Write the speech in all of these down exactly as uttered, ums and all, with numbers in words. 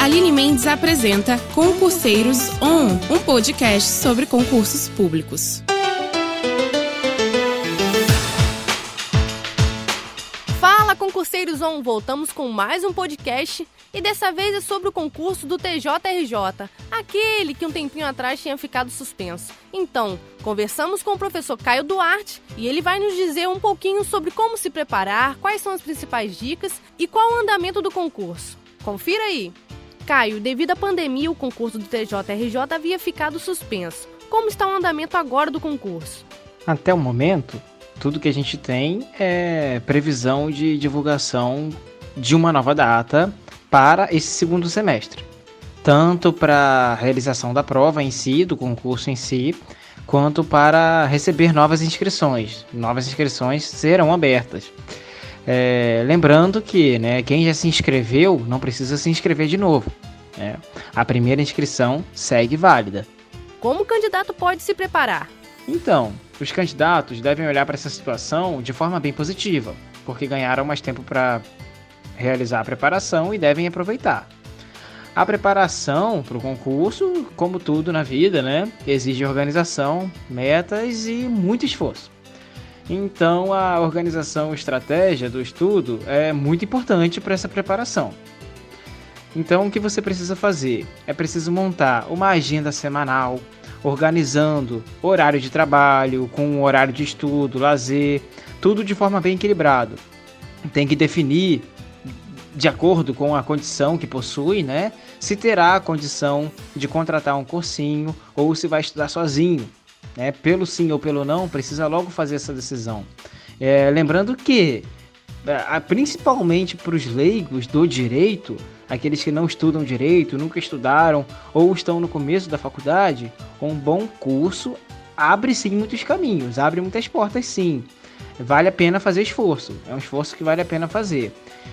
Aline Mendes apresenta Concurseiros On, um podcast sobre concursos públicos. Fala, Concurseiros On! Voltamos com mais um podcast e dessa vez é sobre o concurso do T J R J, aquele que um tempinho atrás tinha ficado suspenso. Então, conversamos com o professor Caio Duarte e ele vai nos dizer um pouquinho sobre como se preparar, quais são as principais dicas e qual o andamento do concurso. Confira aí! Caio, devido à pandemia, o concurso do T J R J havia ficado suspenso. Como está o andamento agora do concurso? Até o momento, tudo que a gente tem é previsão de divulgação de uma nova data para esse segundo semestre. Tanto para a realização da prova em si, do concurso em si, quanto para receber novas inscrições. Novas inscrições serão abertas. É, lembrando que, né, quem já se inscreveu não precisa se inscrever de novo, né? A primeira inscrição segue válida. Como o candidato pode se preparar? Então, os candidatos devem olhar para essa situação de forma bem positiva, porque ganharam mais tempo para realizar a preparação e devem aproveitar. A preparação para o concurso, como tudo na vida, né, exige organização, metas e muito esforço. Então, a organização e estratégia do estudo é muito importante para essa preparação. Então, o que você precisa fazer? É preciso montar uma agenda semanal, organizando horário de trabalho, com horário de estudo, lazer, tudo de forma bem equilibrada. Tem que definir, de acordo com a condição que possui, né, se terá a condição de contratar um cursinho ou se vai estudar sozinho. Né, pelo sim ou pelo não, precisa logo fazer essa decisão. É, lembrando que, principalmente para os leigos do direito, aqueles que não estudam direito, nunca estudaram ou estão no começo da faculdade, um bom curso abre sim muitos caminhos, abre muitas portas sim. Vale a pena fazer esforço, é um esforço que vale a pena fazer.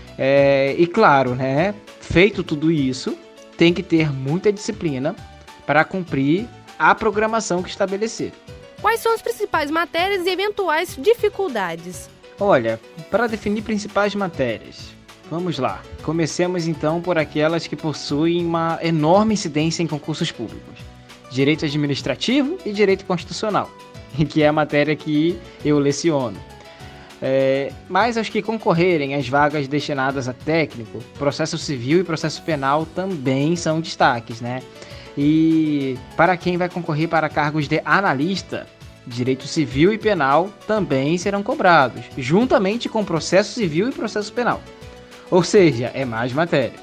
É, e claro, né, feito tudo isso, tem que ter muita disciplina para cumprir a programação que estabelecer. Quais são as principais matérias e eventuais dificuldades? Olha, para definir principais matérias, vamos lá. Comecemos então por aquelas que possuem uma enorme incidência em concursos públicos. Direito administrativo e direito constitucional, que é a matéria que eu leciono. É, mas aos que concorrerem às vagas destinadas a técnico, processo civil e processo penal também são destaques, né? E para quem vai concorrer para cargos de analista, direito civil e penal também serão cobrados, juntamente com processo civil e processo penal. Ou seja, é mais matéria.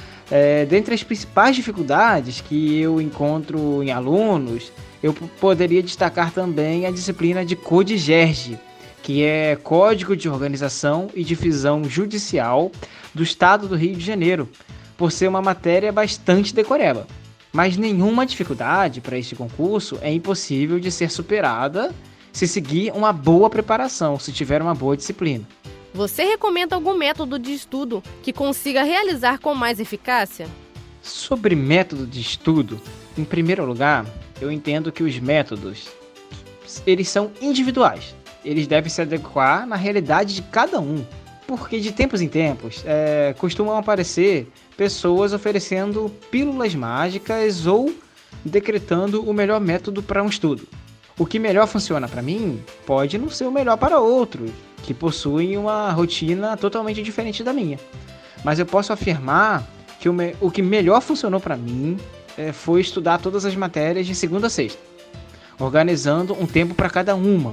É, dentre as principais dificuldades que eu encontro em alunos, eu p- poderia destacar também a disciplina de CODIGERGE, que é Código de Organização e Divisão Judicial do Estado do Rio de Janeiro, por ser uma matéria bastante decoreba. Mas nenhuma dificuldade para este concurso é impossível de ser superada se seguir uma boa preparação, se tiver uma boa disciplina. Você recomenda algum método de estudo que consiga realizar com mais eficácia? Sobre método de estudo, em primeiro lugar, eu entendo que os métodos, eles são individuais. Eles devem se adequar na realidade de cada um. Porque de tempos em tempos, é, costumam aparecer pessoas oferecendo pílulas mágicas ou decretando o melhor método para um estudo. O que melhor funciona para mim pode não ser o melhor para outros, que possuem uma rotina totalmente diferente da minha. Mas eu posso afirmar que o, me- o que melhor funcionou para mim é, foi estudar todas as matérias de segunda a sexta, organizando um tempo para cada uma.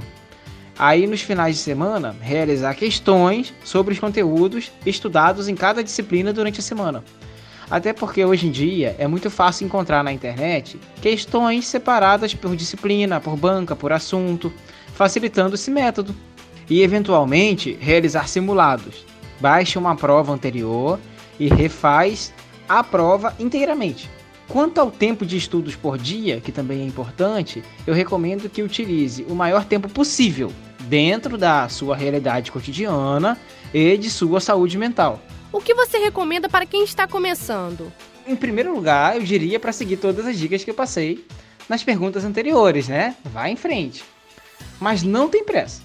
Aí, nos finais de semana, realizar questões sobre os conteúdos estudados em cada disciplina durante a semana. Até porque hoje em dia é muito fácil encontrar na internet questões separadas por disciplina, por banca, por assunto, facilitando esse método. E, eventualmente, realizar simulados. Baixe uma prova anterior e refaz a prova inteiramente. Quanto ao tempo de estudos por dia, que também é importante, eu recomendo que utilize o maior tempo possível dentro da sua realidade cotidiana e de sua saúde mental. O que você recomenda para quem está começando? Em primeiro lugar, eu diria para seguir todas as dicas que eu passei nas perguntas anteriores, né? Vai em frente. Mas não tem pressa.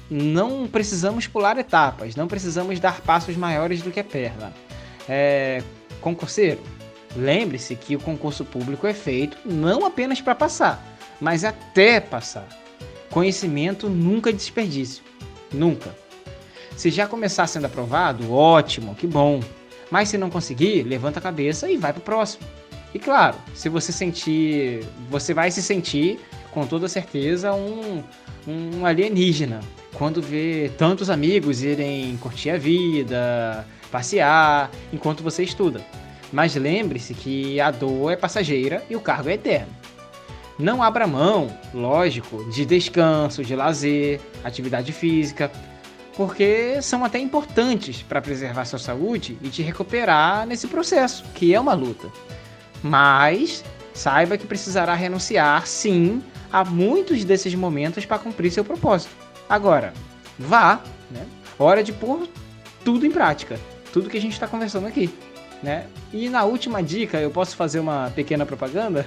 Não precisamos pular etapas, não precisamos dar passos maiores do que a perna. É, concurseiro, Lembre-se que o concurso público é feito não apenas para passar, mas até passar. Conhecimento nunca é desperdício. Nunca. Se já começar sendo aprovado, ótimo, que bom. Mas se não conseguir, levanta a cabeça e vai para o próximo. E claro, se você sentir, você vai se sentir com toda certeza um, um alienígena quando vê tantos amigos irem curtir a vida, passear, enquanto você estuda. Mas lembre-se que a dor é passageira e o cargo é eterno. Não abra mão, lógico, de descanso, de lazer, atividade física, porque são até importantes para preservar sua saúde e te recuperar nesse processo, que é uma luta. Mas saiba que precisará renunciar, sim, a muitos desses momentos para cumprir seu propósito. Agora, vá, né? Hora de pôr tudo em prática, tudo que a gente está conversando aqui, né? E na última dica, eu posso fazer uma pequena propaganda?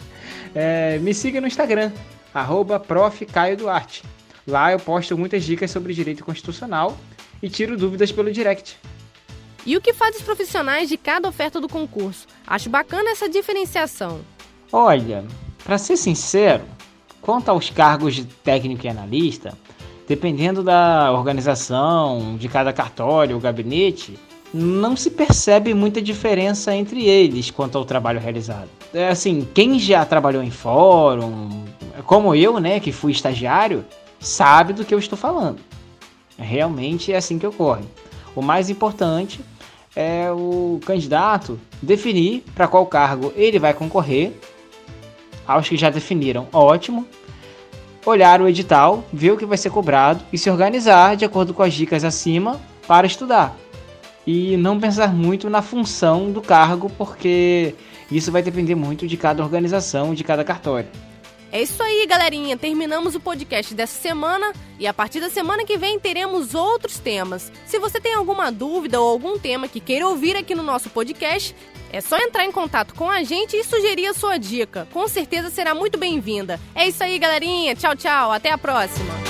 é, me siga no Instagram, arroba prof Caio Duarte. Lá eu posto muitas dicas sobre direito constitucional e tiro dúvidas pelo direct. E o que faz os profissionais de cada oferta do concurso? Acho bacana essa diferenciação. Olha, para ser sincero, quanto aos cargos de técnico e analista, dependendo da organização de cada cartório ou gabinete, não se percebe muita diferença entre eles quanto ao trabalho realizado. É assim, quem já trabalhou em fórum, como eu, né, que fui estagiário, sabe do que eu estou falando. Realmente é assim que ocorre. O mais importante é o candidato definir para qual cargo ele vai concorrer. Aos que já definiram, ótimo. Olhar o edital, ver o que vai ser cobrado e se organizar de acordo com as dicas acima para estudar. E não pensar muito na função do cargo, porque isso vai depender muito de cada organização, de cada cartório. É isso aí, galerinha. Terminamos o podcast dessa semana e a partir da semana que vem teremos outros temas. Se você tem alguma dúvida ou algum tema que queira ouvir aqui no nosso podcast, é só entrar em contato com a gente e sugerir a sua dica. Com certeza será muito bem-vinda. É isso aí, galerinha. Tchau, tchau. Até a próxima.